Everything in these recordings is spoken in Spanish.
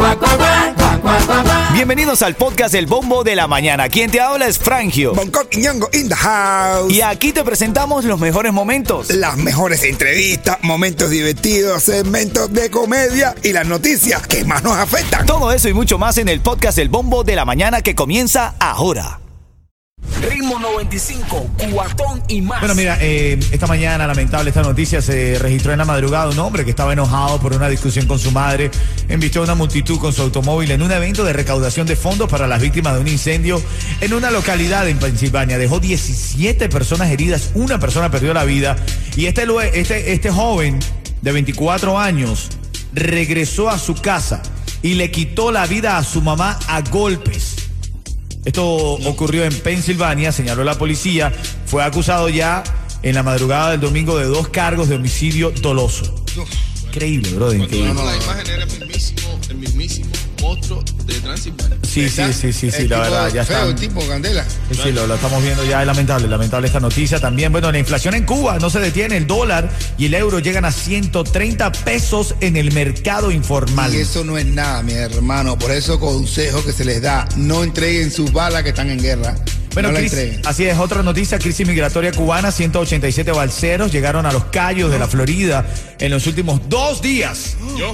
Bienvenidos al podcast El Bombo de la Mañana. Quien te habla es Frangio. Bangkok y Ñongo in the house. Y aquí te presentamos los mejores momentos. Las mejores entrevistas, momentos divertidos, segmentos de comedia y las noticias que más nos afectan. Todo eso y mucho más en el podcast El Bombo de la Mañana que comienza ahora. Ritmo 95, Cubatón y más. Bueno, mira, esta mañana, lamentable esta noticia, se registró en la madrugada un hombre que estaba enojado por una discusión con su madre. Embistió a una multitud con su automóvil en un evento de recaudación de fondos para las víctimas de un incendio en una localidad en Pensilvania. Dejó 17 personas heridas, una persona perdió la vida. Y este joven de 24 años regresó a su casa y le quitó la vida a su mamá a golpes. Esto ocurrió en Pensilvania, señaló la policía. Fue acusado ya en la madrugada del domingo de 2 cargos de homicidio doloso. Increíble, brother. Increíble. La imagen era el mismísimo monstruo de Transilvania. Sí, la verdad, ya está. El tipo Candela. Sí, lo estamos viendo ya, es lamentable esta noticia también. Bueno, la inflación en Cuba no se detiene, el dólar y el euro llegan a 130 pesos en el mercado informal. Y eso no es nada, mi hermano. Por eso consejo que se les da, no entreguen sus balas que están en guerra. Bueno, no así es, otra noticia, crisis migratoria cubana, 187 balseros llegaron a los Cayos de la Florida en los últimos 2 días.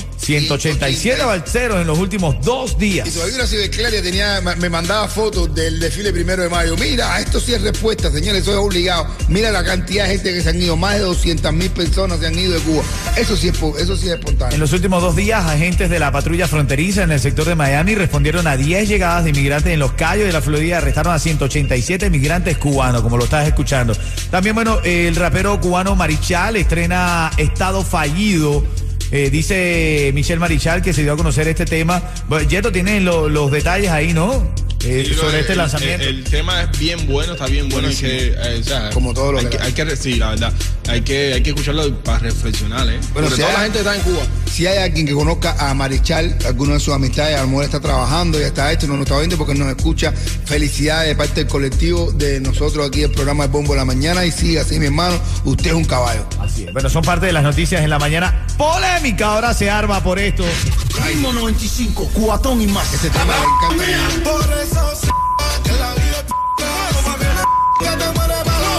187 balseros en los últimos 2 días. Y todavía una ciberclaria me mandaba fotos del desfile 1 de mayo. Mira, esto sí es respuesta, señores, eso es obligado. Mira la cantidad de gente que se han ido, más de 200,000 personas se han ido de Cuba. Eso sí es espontáneo. En los últimos 2 días, agentes de la patrulla fronteriza en el sector de Miami respondieron a 10 llegadas de inmigrantes en los Cayos de la Florida, arrestaron a 187 migrantes cubanos, como lo estás escuchando. También, bueno, el rapero cubano Marichal estrena Estado Fallido. Dice Michelle Marichal que se dio a conocer este tema. Bueno, Yeto, tienen los detalles ahí, ¿no? Sobre este lanzamiento. El tema es bien bueno, está bien bueno. Buenísimo. Como todo lo que sí, la verdad. Hay que escucharlo para reflexionar, ¿eh? Bueno, Porque toda la gente está en Cuba. Si hay alguien que conozca a Marichal, alguno de sus amistades, a lo mejor está trabajando, ya está hecho, no nos está viendo porque nos escucha. Felicidades de parte del colectivo de nosotros aquí, el programa El Bombo de la Mañana. Y siga así, mi hermano, usted es un caballo. Así es. Bueno, son parte de las noticias en la mañana. Polémica ahora se arma por esto. Ritmo 95, Cubatón y más. Ese tema le encanta. Por eso que la vida que te muere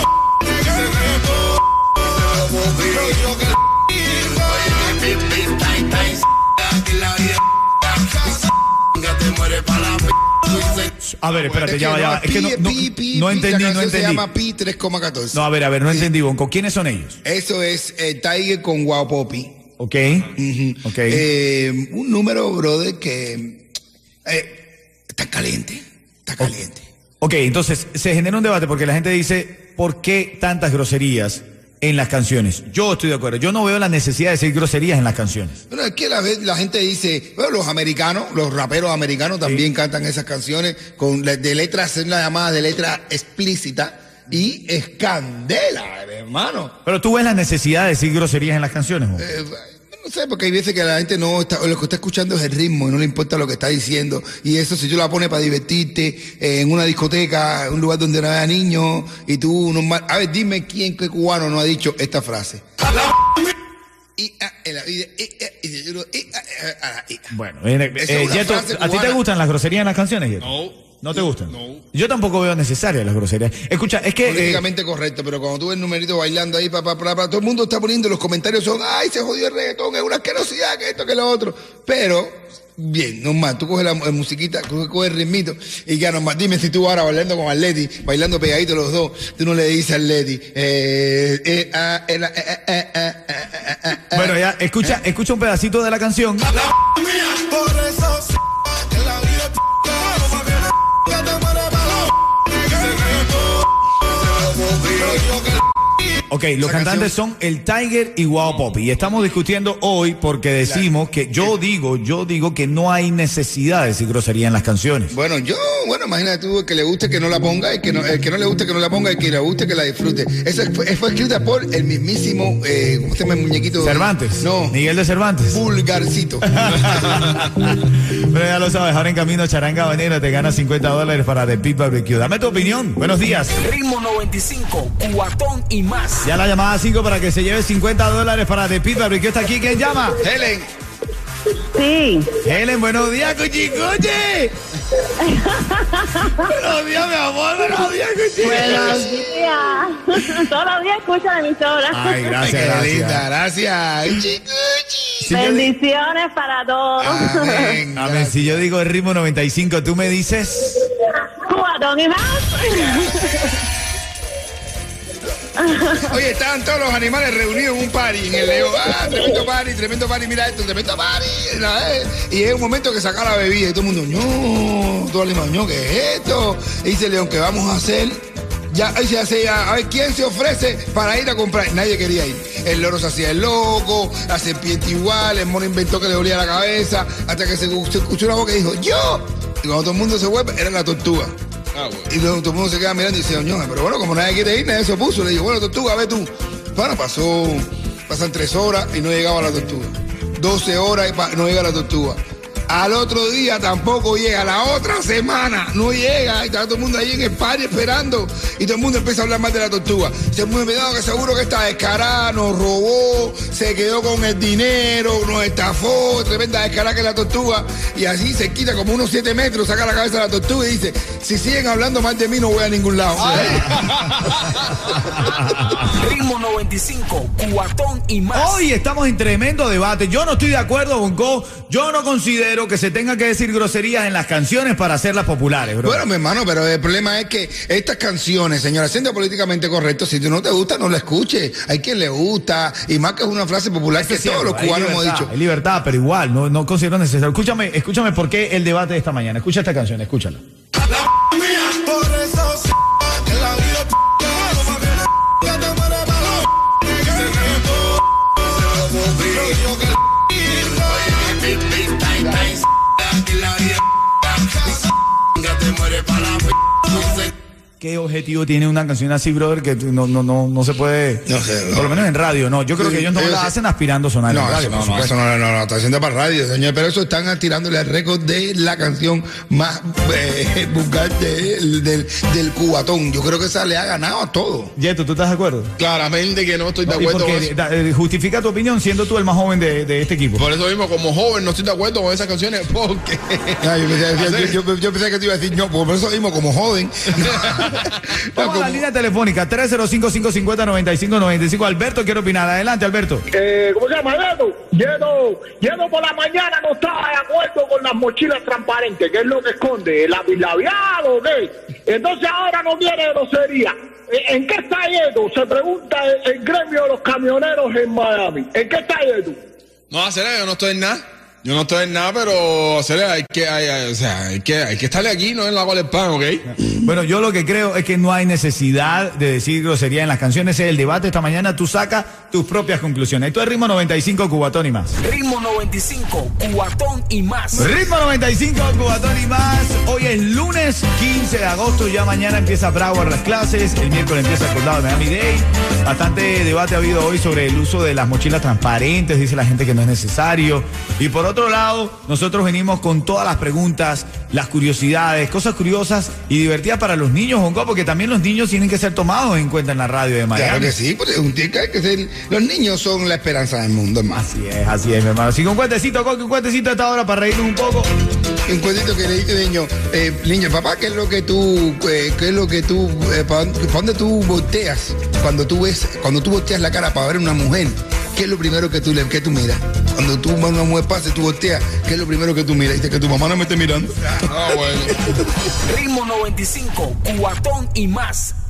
A ver, espérate, ya va. Es que no entendí. Se llama Pi 3,14. No, a ver, no entendí, Bonco. ¿Quiénes son ellos? Eso es Tiger con Wow Poppy. Ok. Ok. Un número, brother, que está caliente. Ok, entonces se genera un debate porque la gente dice, ¿por qué tantas groserías en las canciones? Yo estoy de acuerdo. Yo no veo la necesidad de decir groserías en las canciones. Bueno, es que la gente dice, bueno, los raperos americanos también cantan esas canciones de letras, es una llamada de letra explícita y es candela, hermano. Pero tú ves la necesidad de decir groserías en las canciones, ¿no? No sé, porque hay veces que la gente lo que está escuchando es el ritmo y no le importa lo que está diciendo. Y eso, si tú la pones para divertirte en una discoteca, en un lugar donde no haya niños, y tú normal. A ver, dime qué cubano no ha dicho esta frase. Bueno, Yeto, ¿a ti te gustan las groserías en las canciones, Yeto? ¿No te gustan? No. Yo tampoco veo necesarias las groserías. Escucha, es que... Políticamente correcto, pero cuando tú ves el numerito bailando ahí, todo el mundo está poniendo, los comentarios son, ay, se jodió el reggaetón, es una asquerosidad, que esto, que lo otro. Pero, bien, normal, tú coges la musiquita, coges el ritmito, y ya normal, dime si tú ahora bailando con Atleti, bailando pegaditos los dos, tú no le dices a Atleti, Bueno, ya, escucha un pedacito de la canción. por eso que la vida que te muere Ok, los cantantes son el Tiger y Wow Poppy. Y estamos discutiendo hoy porque decimos que yo digo que no hay necesidad de decir grosería en las canciones. Bueno, imagínate tú, el que le guste que no la ponga, el que no le guste que no la ponga, el que le guste que la disfrute. Esa fue escrita por el mismísimo, ¿cómo se llama el muñequito? Cervantes. No. Miguel de Cervantes. Pulgarcito. Pero ya lo sabes, ahora en camino Charanga Habanera te gana $50 para The Pit Barbecue. Dame tu opinión. Buenos días. Ritmo 95, Cubatón y más. Ya la llamada 5 para que se lleve $50 para The Pit Barbecue. ¿Está aquí? ¿Quién llama? Helen. Sí. Helen, buenos días, cuchicuchi. Buenos días, mi amor, buenos días, cuchicuchi. Buenos días. Todos los días escucho la emisora. Ay, gracias, Qué linda, gracias. gracias. Chicuchi. Si yo, Bendiciones para todos. Amén. a ver, si yo digo el ritmo 95, tú me dices... Cubatón y más. Oye, estaban todos los animales reunidos en un party en el león. Tremendo party, mira esto, tremendo party. Y es un momento que saca la bebida y todo el mundo, no, todo el animal, no, ¿qué es esto? Y dice el león, ¿qué vamos a hacer? Ya, ahí se hace ya, a ver, ¿quién se ofrece para ir a comprar? Nadie quería ir. El loro se hacía el loco, la serpiente igual, el mono inventó que le dolía la cabeza, hasta que se escuchó una voz que dijo, ¡yo! Y cuando todo el mundo se vuelve, era la tortuga. Ah, bueno. Y luego todo el mundo se queda mirando y dice, ñoja, pero bueno, como nadie quiere ir, nadie se opuso. Le digo, bueno, tortuga, ve tú. Bueno, pasan 3 horas y no llegaba la tortuga. 12 horas y no llega la tortuga. Al otro día tampoco llega, la otra semana no llega, y está todo el mundo ahí en el party esperando, y todo el mundo empieza a hablar más de la tortuga. Se ha olvidado que seguro que está descarada, nos robó, se quedó con el dinero, nos estafó, tremenda descarada que es la tortuga, y así se quita como unos 7 metros, saca la cabeza de la tortuga y dice, si siguen hablando más de mí no voy a ningún lado. Ritmo 95, Cubatón y más. Hoy estamos en tremendo debate. Yo no estoy de acuerdo, Bonco. Yo no considero que se tenga que decir groserías en las canciones para hacerlas populares, bro. Bueno, mi hermano, pero el problema es que estas canciones, señora, siendo políticamente correcto, si tú no te gusta, no la escuches. Hay quien le gusta, y más que es una frase popular que todos los cubanos hemos dicho. Hay libertad, pero igual, no considero necesario. Escúchame por qué el debate de esta mañana. Escucha esta canción, escúchala. Por eso que la vida como que la te muere para que se reto. Yo que la te muere para la ¿Qué objetivo tiene una canción así, brother, que no se puede, No sé, por lo menos en radio, no? Yo creo que ellos no la hacen aspirando a sonar en No, radio, eso por no, supuesto. eso no, está haciendo para radio, señor. Pero eso están tirándole al récord de la canción más vulgar del cubatón. Yo creo que esa le ha ganado a todo. Yeto, ¿tú estás de acuerdo? Claramente que no estoy de ¿Y acuerdo por con qué? eso. Justifica tu opinión siendo tú el más joven de este equipo. Por eso mismo, como joven, no estoy de acuerdo con esas canciones porque... Yo pensé que te iba a decir, no, por eso mismo, como joven. Vamos a la línea telefónica 305-550-9595. Alberto quiere opinar. Adelante, Alberto. ¿Cómo se llama? Yedo por la mañana no estaba de acuerdo con las mochilas transparentes, que es lo que esconde, el labial o qué. Entonces ahora no quiere grosería. ¿En qué está Yedo? Se pregunta el gremio de los camioneros en Miami. ¿En qué está Yedo? No, Acera, yo no estoy en nada. Yo no estoy en nada, pero Acera, hay que estarle aquí, no en la cual el pan, ¿ok? Bueno, yo lo que creo es que no hay necesidad de decir grosería en las canciones. Es el debate esta mañana. Tú sacas tus propias conclusiones. Esto es Ritmo 95, Cubatón y más. Ritmo 95, Cubatón y más. Ritmo 95, Cubatón y más. Hoy es lunes 15 de agosto. Ya mañana empieza Broward las clases. El miércoles empieza el condado de Miami-Dade. Bastante debate ha habido hoy sobre el uso de las mochilas transparentes. Dice la gente que no es necesario. Y por otro lado, nosotros venimos con todas las preguntas, las curiosidades, cosas curiosas y divertidas para los niños, Bonco, porque también los niños tienen que ser tomados en cuenta en la radio de Miami. Claro que sí, pues hay que ser, los niños son la esperanza del mundo, hermano. Así es, mi hermano. Así que un cuentecito, Coqui, un cuentecito a esta hora para reírnos un poco. Un cuentito que le dice, niño, papá, ¿qué es lo que tú, para dónde tú volteas cuando tú volteas la cara para ver una mujer? ¿Qué es lo primero que tú miras? Cuando tú una mujer pasa y tú volteas, ¿qué es lo primero que tú miras? Dice que tu mamá no me esté mirando. Ah, bueno. Ritmo 95, Cubatón y más.